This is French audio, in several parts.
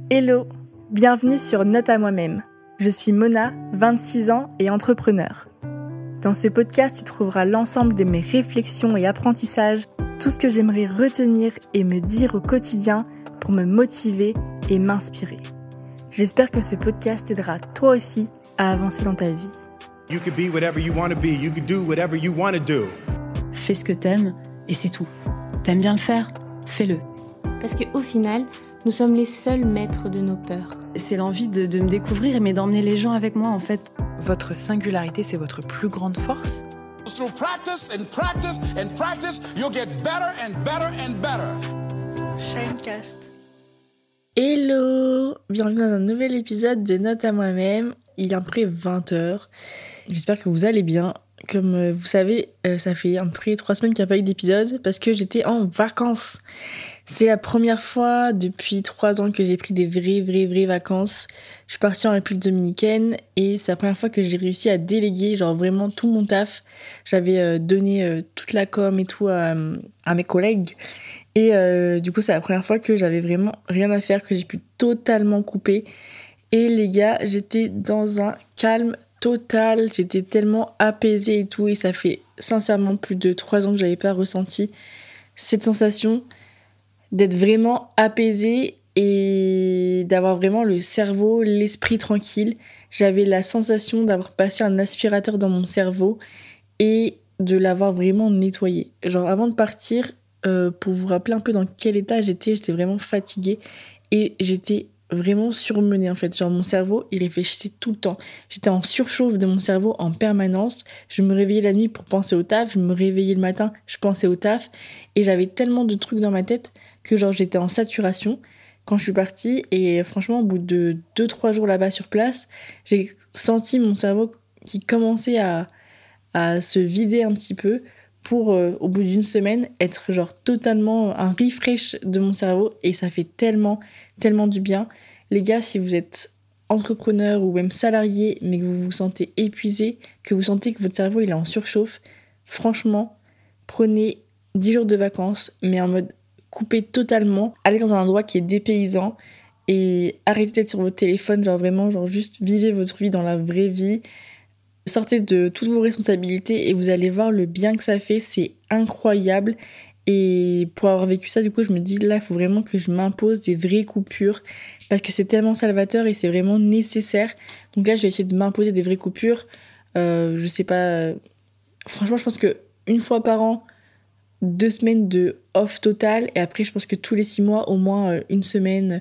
Hello, bienvenue sur Note à moi-même. Je suis Mona, 26 ans et entrepreneur. Dans ce podcast, tu trouveras l'ensemble de mes réflexions et apprentissages, tout ce que j'aimerais retenir et me dire au quotidien pour me motiver et m'inspirer. J'espère que ce podcast t'aidera toi aussi à avancer dans ta vie. You could be whatever you want to be. You could do whatever you want to do. Fais ce que t'aimes et c'est tout. T'aimes bien le faire ? Fais-le. Parce qu'au final, nous sommes les seuls maîtres de nos peurs. C'est l'envie de me découvrir, mais d'emmener les gens avec moi, en fait. Votre singularité, c'est votre plus grande force. Through practice and practice and practice, you'll get better and better and better. Shinecast. Hello, bienvenue dans un nouvel épisode de Note à moi-même. Il est à peu près 20h. J'espère que vous allez bien. Comme vous savez, ça fait à peu près 3 semaines qu'il n'y a pas eu d'épisode parce que j'étais en vacances. C'est la première fois depuis 3 ans que j'ai pris des vraies vacances. Je suis partie en République dominicaine et c'est la première fois que j'ai réussi à déléguer genre vraiment tout mon taf. J'avais donné toute la com et tout à mes collègues. Et du coup, c'est la première fois que j'avais vraiment rien à faire, que j'ai pu totalement couper. Et les gars, j'étais dans un calme total. J'étais tellement apaisée et tout. Et ça fait sincèrement plus de 3 ans que j'avais pas ressenti cette sensation d'être vraiment apaisée et d'avoir vraiment le cerveau, l'esprit tranquille. J'avais la sensation d'avoir passé un aspirateur dans mon cerveau et de l'avoir vraiment nettoyé. Genre avant de partir, pour vous rappeler un peu dans quel état j'étais vraiment fatiguée et j'étais vraiment surmenée en fait. Genre mon cerveau, il réfléchissait tout le temps. J'étais en surchauffe de mon cerveau en permanence. Je me réveillais la nuit pour penser au taf, je me réveillais le matin, je pensais au taf et j'avais tellement de trucs dans ma tête que genre j'étais en saturation quand je suis partie et franchement au bout de 2-3 jours là-bas sur place, j'ai senti mon cerveau qui commençait à se vider un petit peu pour au bout d'une semaine être genre totalement un refresh de mon cerveau et ça fait tellement du bien. Les gars, si vous êtes entrepreneur ou même salarié mais que vous vous sentez épuisé, que vous sentez que votre cerveau il est en surchauffe, franchement, prenez 10 jours de vacances mais en mode coupez totalement, allez dans un endroit qui est dépaysant et arrêtez d'être sur votre téléphone, genre vraiment, genre juste vivez votre vie dans la vraie vie. Sortez de toutes vos responsabilités et vous allez voir le bien que ça fait, c'est incroyable. Et pour avoir vécu ça, du coup, je me dis là, il faut vraiment que je m'impose des vraies coupures parce que c'est tellement salvateur et c'est vraiment nécessaire. Donc là, je vais essayer de m'imposer des vraies coupures. Je sais pas. Franchement, je pense que une fois par an, 2 semaines de off total et après, je pense que tous les 6 mois, au moins une semaine,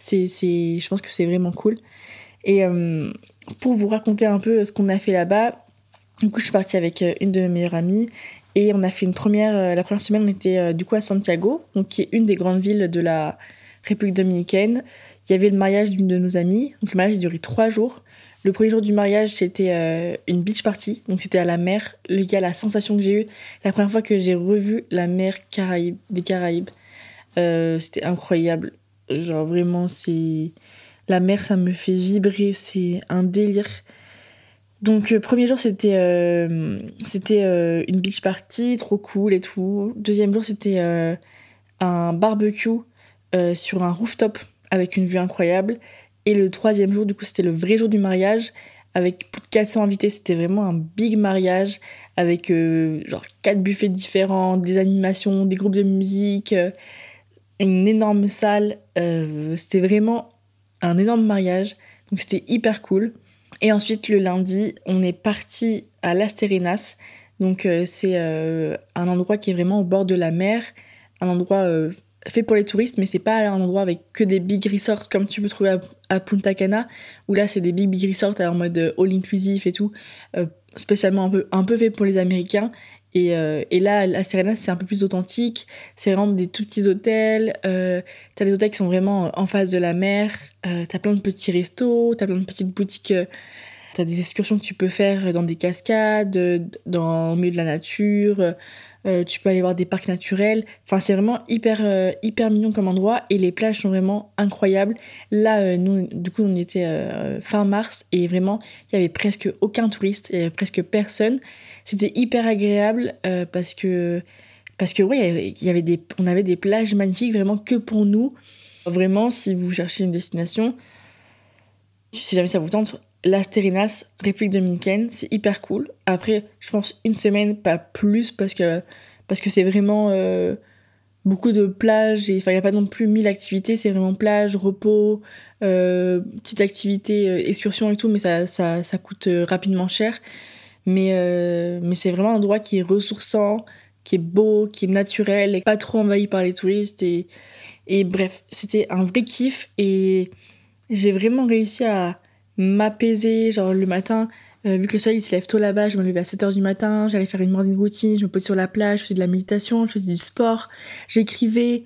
je pense que c'est vraiment cool. Et pour vous raconter un peu ce qu'on a fait là-bas, du coup je suis partie avec une de mes meilleures amies et on a fait la première semaine on était du coup à Santiago, donc qui est une des grandes villes de la République dominicaine. Il y avait le mariage d'une de nos amies, donc le mariage a duré 3 jours. Le premier jour du mariage c'était une beach party, donc c'était à la mer. Les gars, la sensation que j'ai eue, la première fois que j'ai revu la mer des Caraïbes, c'était incroyable. Genre vraiment la mer, ça me fait vibrer, c'est un délire. Donc, premier jour, c'était une beach party, trop cool et tout. Deuxième jour, c'était un barbecue sur un rooftop avec une vue incroyable. Et le troisième jour, du coup, c'était le vrai jour du mariage avec plus de 400 invités. C'était vraiment un big mariage avec genre 4 buffets différents, des animations, des groupes de musique, une énorme salle. C'était vraiment un énorme mariage, donc c'était hyper cool. Et ensuite le lundi on est parti à Las Terrenas, donc c'est un endroit qui est vraiment au bord de la mer, un endroit fait pour les touristes, mais c'est pas un endroit avec que des big resorts comme tu peux trouver à Punta Cana, où là c'est des big resorts en mode all inclusive et tout, spécialement un peu fait pour les Américains. Et là, la Serena, c'est un peu plus authentique. C'est vraiment des tout petits hôtels. T'as des hôtels qui sont vraiment en face de la mer. T'as plein de petits restos. T'as plein de petites boutiques. T'as des excursions que tu peux faire dans des cascades, au milieu de la nature. Tu peux aller voir des parcs naturels. Enfin, c'est vraiment hyper mignon comme endroit. Et les plages sont vraiment incroyables. Là, nous, du coup, on était fin mars. Et vraiment, il y avait presque aucun touriste. Il y avait presque personne. C'était hyper agréable parce que ouais, on avait des plages magnifiques vraiment que pour nous. Vraiment, si vous cherchez une destination, si jamais ça vous tente, Las Terrenas, République dominicaine, c'est hyper cool. Après, je pense une semaine, pas plus, parce que c'est vraiment beaucoup de plages. Enfin, il n'y a pas non plus 1000 activités, c'est vraiment plage, repos, petite activité, excursion et tout, mais ça coûte rapidement cher. Mais c'est vraiment un endroit qui est ressourçant, qui est beau, qui est naturel, et pas trop envahi par les touristes. Et bref, c'était un vrai kiff et j'ai vraiment réussi à m'apaiser. Genre le matin, vu que le soleil il se lève tôt là-bas, je me levais à 7h du matin, j'allais faire une morning routine, je me posais sur la plage, je faisais de la méditation, je faisais du sport, j'écrivais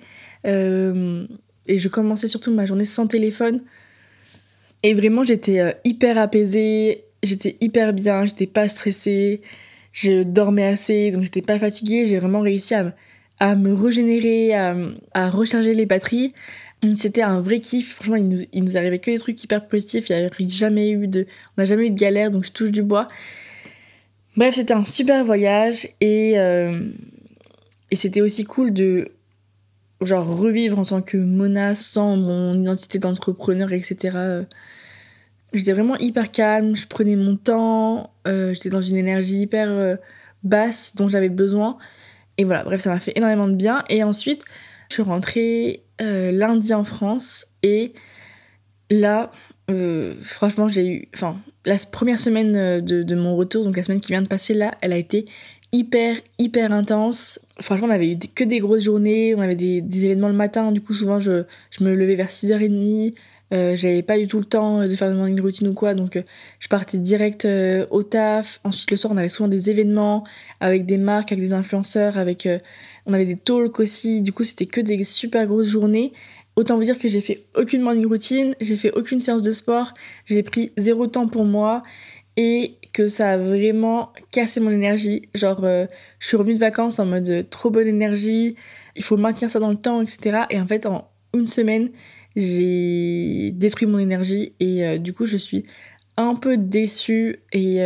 et je commençais surtout ma journée sans téléphone. Et vraiment, j'étais hyper apaisée, j'étais hyper bien, j'étais pas stressée, je dormais assez, donc j'étais pas fatiguée. J'ai vraiment réussi à me régénérer, à recharger les batteries. C'était un vrai kiff. Franchement, il nous arrivait que des trucs hyper positifs. On n'a jamais eu de galère, donc je touche du bois. Bref, c'était un super voyage et c'était aussi cool de genre revivre en tant que Mona sans mon identité d'entrepreneur, etc. J'étais vraiment hyper calme, je prenais mon temps, j'étais dans une énergie hyper basse dont j'avais besoin. Et voilà, bref, ça m'a fait énormément de bien. Et ensuite, je suis rentrée lundi en France. Et là, franchement, j'ai eu... Enfin, la première semaine de mon retour, donc la semaine qui vient de passer là, elle a été hyper intense. Franchement, on avait eu que des grosses journées, on avait des événements le matin. Du coup, souvent, je me levais vers 6h30. J'avais pas du tout le temps de faire de morning routine ou quoi, donc je partais direct au taf. Ensuite le soir on avait souvent des événements avec des marques, avec des influenceurs, on avait des talks aussi. Du coup c'était que des super grosses journées. Autant vous dire que j'ai fait aucune morning routine, j'ai fait aucune séance de sport, j'ai pris 0 temps pour moi et que ça a vraiment cassé mon énergie. Genre je suis revenue de vacances en mode trop bonne énergie, il faut maintenir ça dans le temps, etc. Et en fait en une semaine j'ai détruit mon énergie et du coup je suis un peu déçue et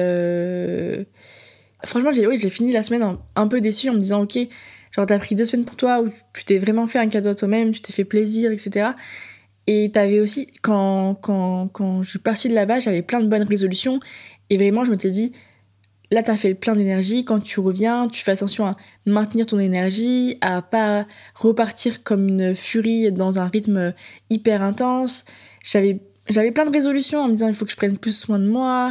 franchement j'ai fini la semaine un peu déçue en me disant ok, genre t'as pris 2 semaines pour toi où tu t'es vraiment fait un cadeau à toi-même, tu t'es fait plaisir, etc. Et t'avais aussi quand je suis partie de là-bas, j'avais plein de bonnes résolutions et vraiment je m'étais dit là t'as fait plein d'énergie, quand tu reviens tu fais attention à maintenir ton énergie, à pas repartir comme une furie dans un rythme hyper intense. J'avais plein de résolutions en me disant il faut que je prenne plus soin de moi,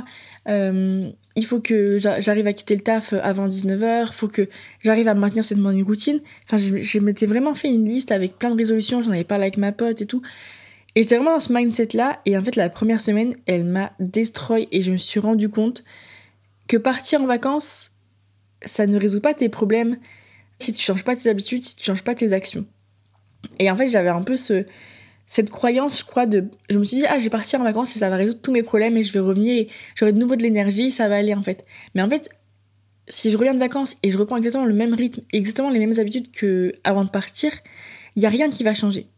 il faut que j'arrive à quitter le taf avant 19h, il faut que j'arrive à maintenir cette morning routine. Enfin je m'étais vraiment fait une liste avec plein de résolutions, j'en avais parlé avec ma pote et tout. Et j'étais vraiment dans ce mindset là et en fait la première semaine elle m'a destroy et je me suis rendu compte que partir en vacances, ça ne résout pas tes problèmes si tu changes pas tes habitudes, si tu changes pas tes actions. Et en fait, j'avais un peu cette croyance, je crois, je me suis dit, je vais partir en vacances et ça va résoudre tous mes problèmes et je vais revenir et j'aurai de nouveau de l'énergie, ça va aller en fait. Mais en fait, si je reviens de vacances et je reprends exactement le même rythme, exactement les mêmes habitudes qu'avant de partir, il n'y a rien qui va changer.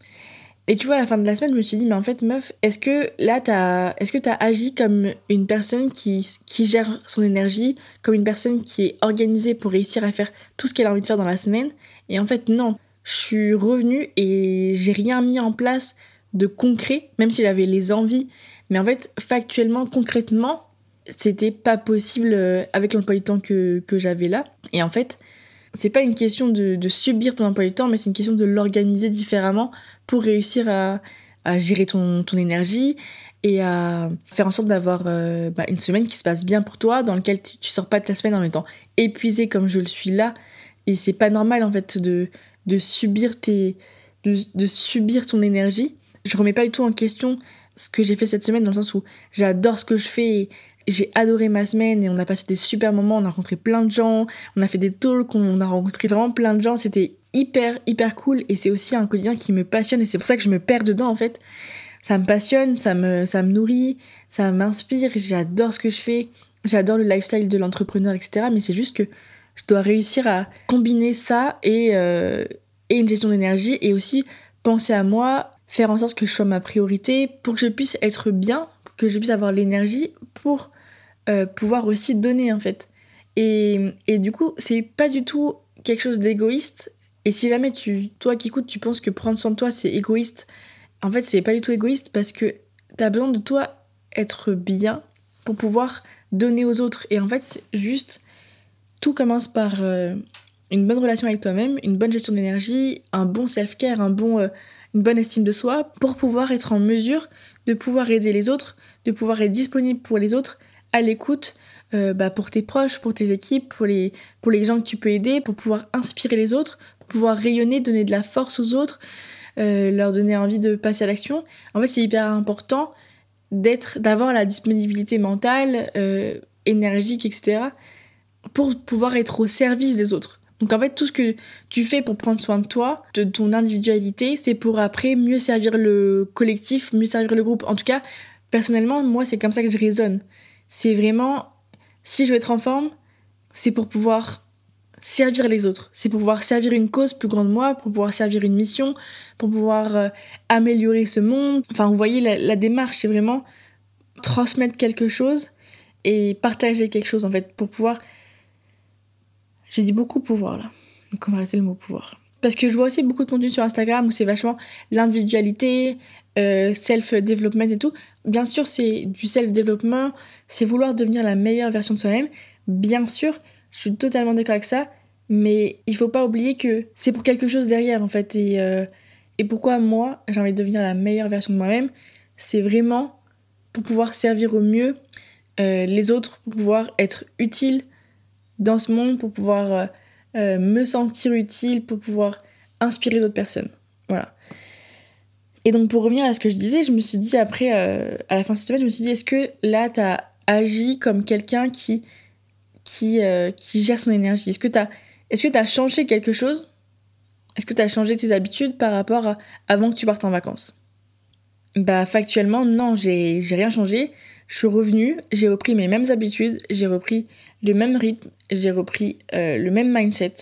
Et tu vois, à la fin de la semaine, je me suis dit, mais en fait, meuf, est-ce que t'as agi comme une personne qui gère son énergie, comme une personne qui est organisée pour réussir à faire tout ce qu'elle a envie de faire dans la semaine? Et en fait, non. Je suis revenue et j'ai rien mis en place de concret, même si j'avais les envies. Mais en fait, factuellement, concrètement, c'était pas possible avec l'emploi du temps que j'avais là. Et en fait, c'est pas une question de subir ton emploi du temps, mais c'est une question de l'organiser différemment pour réussir à gérer ton énergie et à faire en sorte d'avoir une semaine qui se passe bien pour toi, dans laquelle tu sors pas de ta semaine en étant épuisée comme je le suis là. Et c'est pas normal en fait de subir de subir ton énergie. Je remets pas du tout en question ce que j'ai fait cette semaine, dans le sens où j'adore ce que je fais et j'ai adoré ma semaine et on a passé des super moments, on a rencontré plein de gens, on a fait des talks, on a rencontré vraiment plein de gens, c'était hyper cool et c'est aussi un quotidien qui me passionne et c'est pour ça que je me perds dedans en fait. Ça me passionne, ça me nourrit, ça m'inspire, j'adore ce que je fais, j'adore le lifestyle de l'entrepreneur, etc. Mais c'est juste que je dois réussir à combiner ça et une gestion d'énergie et aussi penser à moi, faire en sorte que je sois ma priorité pour que je puisse être bien, que je puisse avoir l'énergie pour pouvoir aussi donner en fait. Et du coup, c'est pas du tout quelque chose d'égoïste Et si jamais toi qui écoutes, tu penses que prendre soin de toi, c'est égoïste, en fait, c'est pas du tout égoïste parce que t'as besoin de toi être bien pour pouvoir donner aux autres. Et en fait, c'est juste, tout commence par une bonne relation avec toi-même, une bonne gestion d'énergie, un bon self-care, une bonne estime de soi pour pouvoir être en mesure de pouvoir aider les autres, de pouvoir être disponible pour les autres, à l'écoute, pour tes proches, pour tes équipes, pour les gens que tu peux aider, pour pouvoir inspirer les autres, pour pouvoir rayonner, donner de la force aux autres, leur donner envie de passer à l'action. En fait, c'est hyper important d'avoir la disponibilité mentale, énergique, etc., pour pouvoir être au service des autres. Donc en fait, tout ce que tu fais pour prendre soin de toi, de ton individualité, c'est pour après mieux servir le collectif, mieux servir le groupe. En tout cas, personnellement, moi, c'est comme ça que je raisonne. C'est vraiment, si je veux être en forme, c'est pour pouvoir servir les autres. C'est pour pouvoir servir une cause plus grande de moi, pour pouvoir servir une mission, pour pouvoir améliorer ce monde. Enfin, vous voyez, la démarche, c'est vraiment transmettre quelque chose et partager quelque chose, en fait, pour pouvoir... J'ai dit beaucoup pouvoir, là. Donc on va arrêter le mot pouvoir. Parce que je vois aussi beaucoup de contenu sur Instagram où c'est vachement l'individualité, self-development et tout. Bien sûr, c'est du self-development, c'est vouloir devenir la meilleure version de soi-même. Bien sûr, je suis totalement d'accord avec ça, mais il faut pas oublier que c'est pour quelque chose derrière, en fait. Et pourquoi moi, j'ai envie de devenir la meilleure version de moi-même, c'est vraiment pour pouvoir servir au mieux les autres, pour pouvoir être utile dans ce monde, pour pouvoir me sentir utile, pour pouvoir inspirer d'autres personnes. Voilà. Et donc pour revenir à ce que je disais, je me suis dit après, à la fin de cette semaine, je me suis dit, est-ce que là, t'as agi comme quelqu'un qui gère son énergie ? Est-ce que t'as changé quelque chose ? Est-ce que t'as changé tes habitudes par rapport à avant que tu partes en vacances ? Bah factuellement, non, j'ai rien changé. Je suis revenue, j'ai repris mes mêmes habitudes, j'ai repris le même rythme, j'ai repris le même mindset.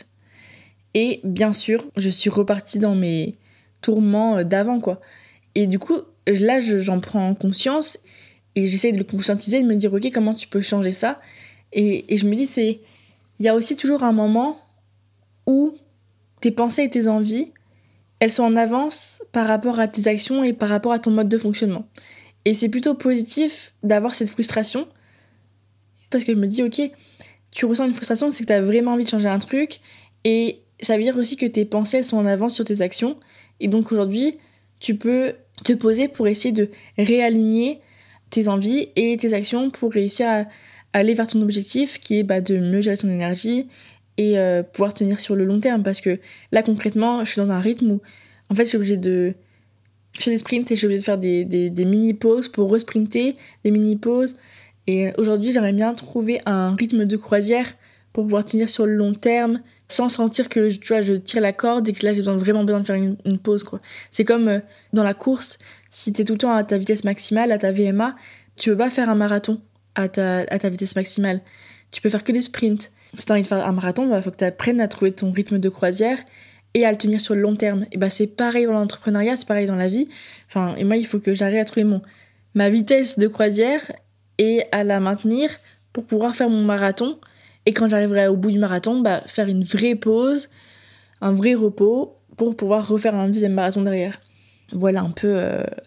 Et bien sûr, je suis repartie dans mes tourments d'avant, quoi. Et du coup, là, j'en prends conscience et j'essaie de le conscientiser, de me dire, ok, comment tu peux changer ça ? Et je me dis, il y a aussi toujours un moment où tes pensées et tes envies, elles sont en avance par rapport à tes actions et par rapport à ton mode de fonctionnement. Et c'est plutôt positif d'avoir cette frustration parce que je me dis, ok, tu ressens une frustration, c'est que tu as vraiment envie de changer un truc et ça veut dire aussi que tes pensées elles sont en avance sur tes actions et donc aujourd'hui, tu peux te poser pour essayer de réaligner tes envies et tes actions pour réussir à aller vers ton objectif qui est de mieux gérer son énergie et pouvoir tenir sur le long terme parce que là concrètement je suis dans un rythme où en fait je suis obligée de... Je fais des sprints et je suis obligée de faire des mini-pauses pour resprinter, des mini-pauses. Et aujourd'hui, j'aimerais bien trouver un rythme de croisière pour pouvoir tenir sur le long terme sans sentir que je tire la corde et que là, j'ai vraiment besoin de faire une pause, quoi. C'est comme dans la course, si t'es tout le temps à ta vitesse maximale, à ta VMA, tu peux pas faire un marathon à ta vitesse maximale. Tu peux faire que des sprints. Si t'as envie de faire un marathon, faut que tu apprennes à trouver ton rythme de croisière et à le tenir sur le long terme. Et c'est pareil dans l'entrepreneuriat, c'est pareil dans la vie. Et moi, il faut que j'arrive à trouver ma vitesse de croisière et à la maintenir pour pouvoir faire mon marathon. Et quand j'arriverai au bout du marathon, faire une vraie pause, un vrai repos pour pouvoir refaire un deuxième marathon derrière. Voilà un peu,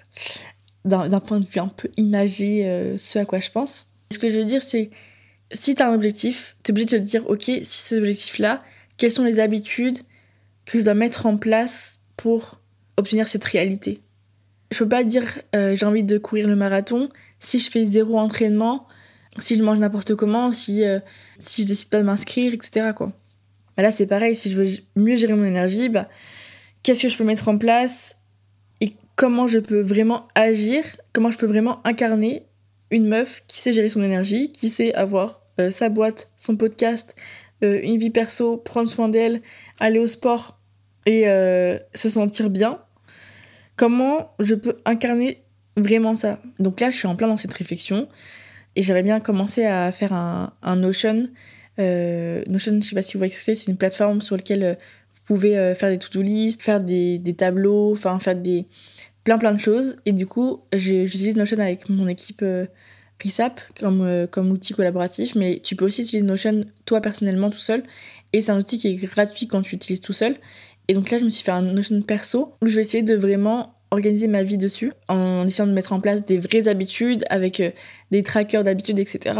d'un point de vue un peu imagé, ce à quoi je pense. Ce que je veux dire, c'est si t'as un objectif, t'es obligé de te dire, ok, si cet objectif-là, quelles sont les habitudes que je dois mettre en place pour obtenir cette réalité. Je peux pas dire j'ai envie de courir le marathon si je fais 0 entraînement, si je mange n'importe comment, si je décide pas de m'inscrire, etc. quoi. Là c'est pareil, si je veux mieux gérer mon énergie, qu'est-ce que je peux mettre en place et comment je peux vraiment agir, comment je peux vraiment incarner une meuf qui sait gérer son énergie, qui sait avoir sa boîte, son podcast, une vie perso, prendre soin d'elle, aller au sport et se sentir bien. Comment je peux incarner vraiment ça ? Donc là, je suis en plein dans cette réflexion et j'aimerais bien commencer à faire un Notion. Notion, je sais pas si vous voyez ce que c'est une plateforme sur laquelle vous pouvez faire des to-do list, faire des tableaux, faire plein de choses. Et du coup, j'utilise Notion avec mon équipe RISAP comme outil collaboratif, mais tu peux aussi utiliser Notion toi personnellement tout seul. Et c'est un outil qui est gratuit quand tu l'utilises tout seul. Et donc là, je me suis fait un Notion perso où je vais essayer de vraiment organiser ma vie dessus en essayant de mettre en place des vraies habitudes avec des trackers d'habitudes, etc.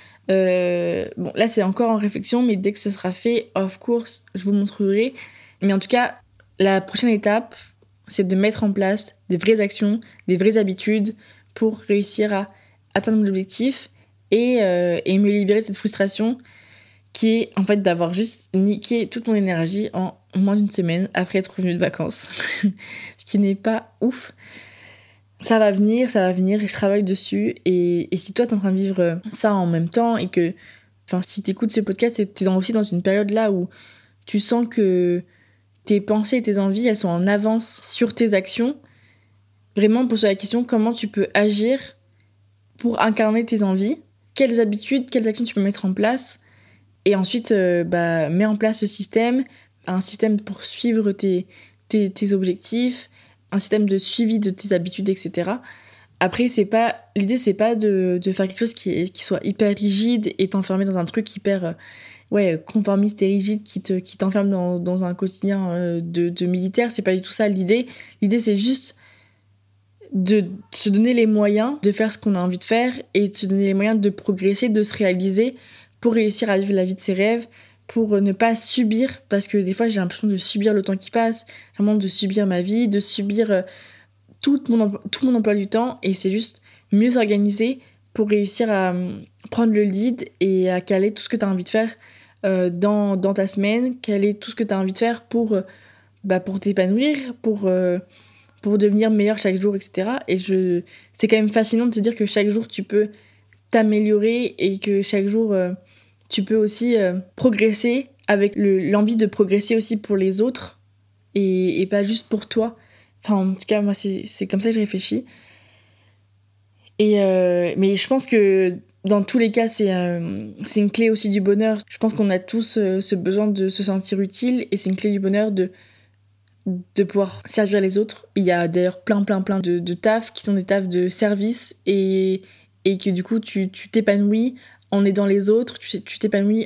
Bon, là, c'est encore en réflexion, mais dès que ce sera fait, of course, je vous montrerai. Mais en tout cas, la prochaine étape, c'est de mettre en place des vraies actions, des vraies habitudes pour réussir à atteindre mon objectif et me libérer de cette frustration qui est en fait d'avoir juste niqué toute mon énergie en moins d'une semaine après être revenue de vacances. Ce qui n'est pas ouf. Ça va venir et je travaille dessus. Et si toi t'es en train de vivre ça en même temps et que, enfin, si t'écoutes ce podcast et t'es aussi dans une période là où tu sens que tes pensées et tes envies, elles sont en avance sur tes actions, vraiment pose-toi la question comment tu peux agir pour incarner tes envies, quelles habitudes, quelles actions tu peux mettre en place. Et ensuite, mets en place un système pour suivre tes objectifs, un système de suivi de tes habitudes, etc. Après, l'idée, c'est pas de faire quelque chose qui soit hyper rigide et t'enfermer dans un truc hyper conformiste et rigide qui t'enferme dans un quotidien de militaire. C'est pas du tout ça l'idée. L'idée, c'est juste de se donner les moyens de faire ce qu'on a envie de faire et de se donner les moyens de progresser, de se réaliser pour réussir à vivre la vie de ses rêves, pour ne pas subir, parce que des fois j'ai l'impression de subir le temps qui passe, vraiment de subir ma vie, de subir tout mon emploi du temps, et c'est juste mieux s'organiser pour réussir à prendre le lead et à caler tout ce que tu as envie de faire dans ta semaine, caler tout ce que tu as envie de faire pour t'épanouir, pour devenir meilleur chaque jour, etc. Et c'est quand même fascinant de te dire que chaque jour tu peux t'améliorer et que chaque jour tu peux aussi progresser avec l'envie de progresser aussi pour les autres et pas juste pour toi. Enfin, en tout cas, moi, c'est comme ça que je réfléchis. Mais je pense que dans tous les cas, c'est une clé aussi du bonheur. Je pense qu'on a tous ce besoin de se sentir utile et c'est une clé du bonheur de pouvoir servir les autres. Il y a d'ailleurs plein de tafs qui sont des tafs de service et que du coup, tu t'épanouis en aidant les autres, tu t'épanouis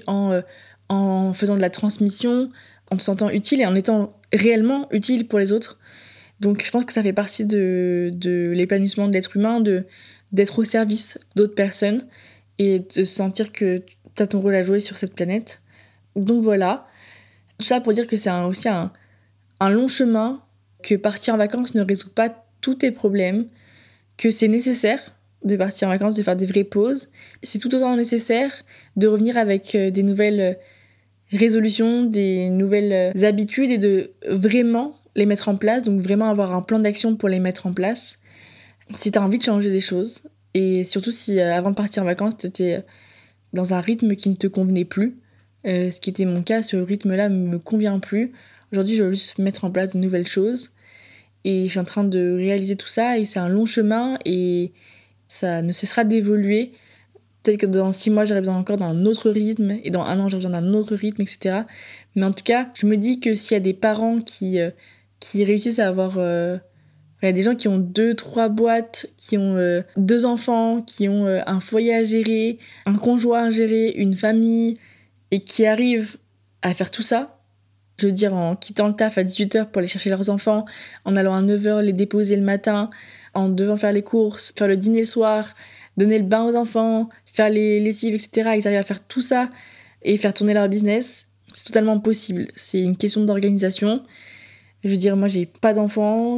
en faisant de la transmission, en te sentant utile et en étant réellement utile pour les autres. Donc je pense que ça fait partie de l'épanouissement de l'être humain, d'être au service d'autres personnes et de sentir que tu as ton rôle à jouer sur cette planète. Donc voilà, tout ça pour dire que c'est aussi un long chemin, que partir en vacances ne résout pas tous tes problèmes, que c'est nécessaire de partir en vacances, de faire des vraies pauses. C'est tout autant nécessaire de revenir avec des nouvelles résolutions, des nouvelles habitudes et de vraiment les mettre en place, donc vraiment avoir un plan d'action pour les mettre en place. Si tu as envie de changer des choses, et surtout si avant de partir en vacances, tu étais dans un rythme qui ne te convenait plus, ce qui était mon cas, ce rythme-là ne me convient plus. Aujourd'hui, je veux juste mettre en place de nouvelles choses et je suis en train de réaliser tout ça et c'est un long chemin et ça ne cessera d'évoluer. Peut-être que dans 6 mois, j'aurai besoin encore d'un autre rythme et dans 1 an, j'aurai besoin d'un autre rythme, etc. Mais en tout cas, je me dis que s'il y a des parents qui réussissent à avoir... il y a des gens qui ont 2-3 boîtes, qui ont 2 enfants, qui ont un foyer à gérer, un conjoint à gérer, une famille, et qui arrivent à faire tout ça. Je veux dire, en quittant le taf à 18h pour aller chercher leurs enfants, en allant à 9h les déposer le matin, en devant faire les courses, faire le dîner le soir, donner le bain aux enfants, faire les lessives, etc. Ils arrivent à faire tout ça et faire tourner leur business. C'est totalement possible. C'est une question d'organisation. Je veux dire, moi, j'ai pas d'enfants,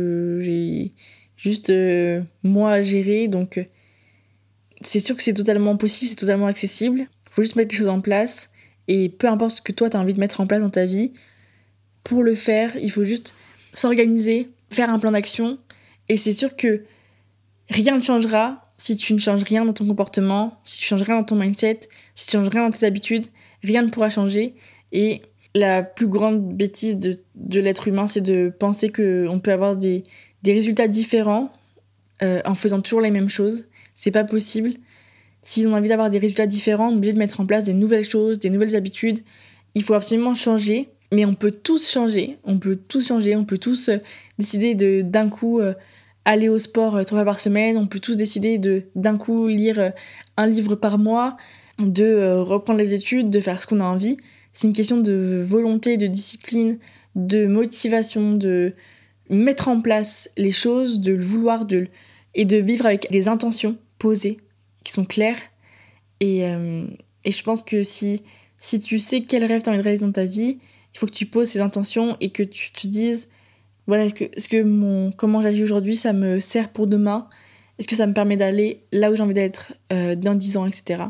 j'ai juste moi à gérer, donc c'est sûr que c'est totalement possible, c'est totalement accessible. Faut juste mettre les choses en place. Et peu importe ce que toi, tu as envie de mettre en place dans ta vie, pour le faire, il faut juste s'organiser, faire un plan d'action. Et c'est sûr que rien ne changera si tu ne changes rien dans ton comportement, si tu changes rien dans ton mindset, si tu changes rien dans tes habitudes, rien ne pourra changer. Et la plus grande bêtise de l'être humain, c'est de penser qu'on peut avoir des résultats différents en faisant toujours les mêmes choses. C'est pas possible. Si on a envie d'avoir des résultats différents, on est obligé de mettre en place des nouvelles choses, des nouvelles habitudes. Il faut absolument changer, mais on peut tous changer. On peut tous décider d'un coup aller au sport 3 fois par semaine. On peut tous décider d'un coup lire un livre par mois, de reprendre les études, de faire ce qu'on a envie. C'est une question de volonté, de discipline, de motivation, de mettre en place les choses, de le vouloir et de vivre avec des intentions posées, qui sont claires. Et je pense que si tu sais quel rêve tu as envie de réaliser dans ta vie, il faut que tu poses ces intentions et que tu te dises voilà, comment j'agis aujourd'hui, ça me sert pour demain. Est-ce que ça me permet d'aller là où j'ai envie d'être dans 10 ans, etc.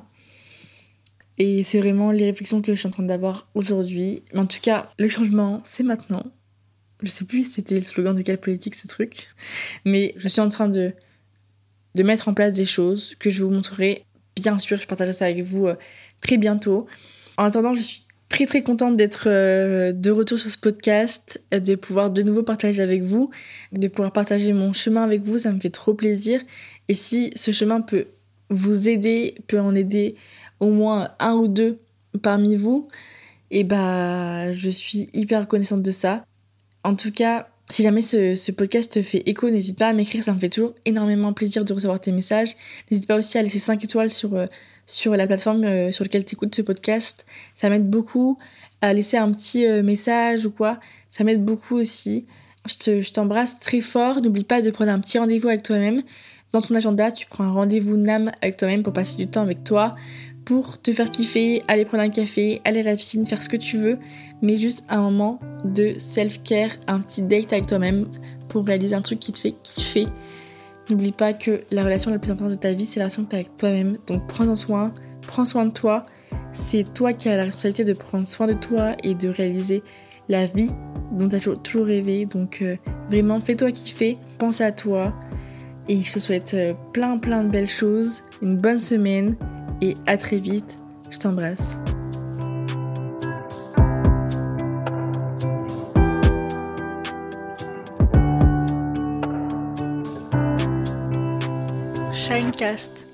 Et c'est vraiment les réflexions que je suis en train d'avoir aujourd'hui. Mais en tout cas, le changement, c'est maintenant. Je sais plus si c'était le slogan de quelle politique, ce truc. Mais je suis en train de mettre en place des choses que je vous montrerai. Bien sûr, je partagerai ça avec vous très bientôt. En attendant, je suis très très contente d'être de retour sur ce podcast, de pouvoir de nouveau partager avec vous, de pouvoir partager mon chemin avec vous, ça me fait trop plaisir. Et si ce chemin peut vous aider, peut en aider au moins un ou deux parmi vous, et je suis hyper reconnaissante de ça. En tout cas, si jamais ce podcast te fait écho, n'hésite pas à m'écrire, ça me fait toujours énormément plaisir de recevoir tes messages. N'hésite pas aussi à laisser 5 étoiles sur la plateforme sur laquelle tu écoutes ce podcast. Ça m'aide beaucoup à laisser un petit message ou quoi. Ça m'aide beaucoup aussi. Je t'embrasse très fort. N'oublie pas de prendre un petit rendez-vous avec toi-même. Dans ton agenda, tu prends un rendez-vous NAM avec toi-même pour passer du temps avec toi, pour te faire kiffer, aller prendre un café, aller à la piscine, faire ce que tu veux, mais juste un moment de self-care, un petit date avec toi-même pour réaliser un truc qui te fait kiffer. N'oublie pas que la relation la plus importante de ta vie, c'est la relation que tu as avec toi-même. Donc prends soin de toi. C'est toi qui as la responsabilité de prendre soin de toi et de réaliser la vie dont tu as toujours rêvé. Donc vraiment, fais-toi kiffer, pense à toi. Et je te souhaite plein de belles choses, une bonne semaine et à très vite. Je t'embrasse. Shinecast.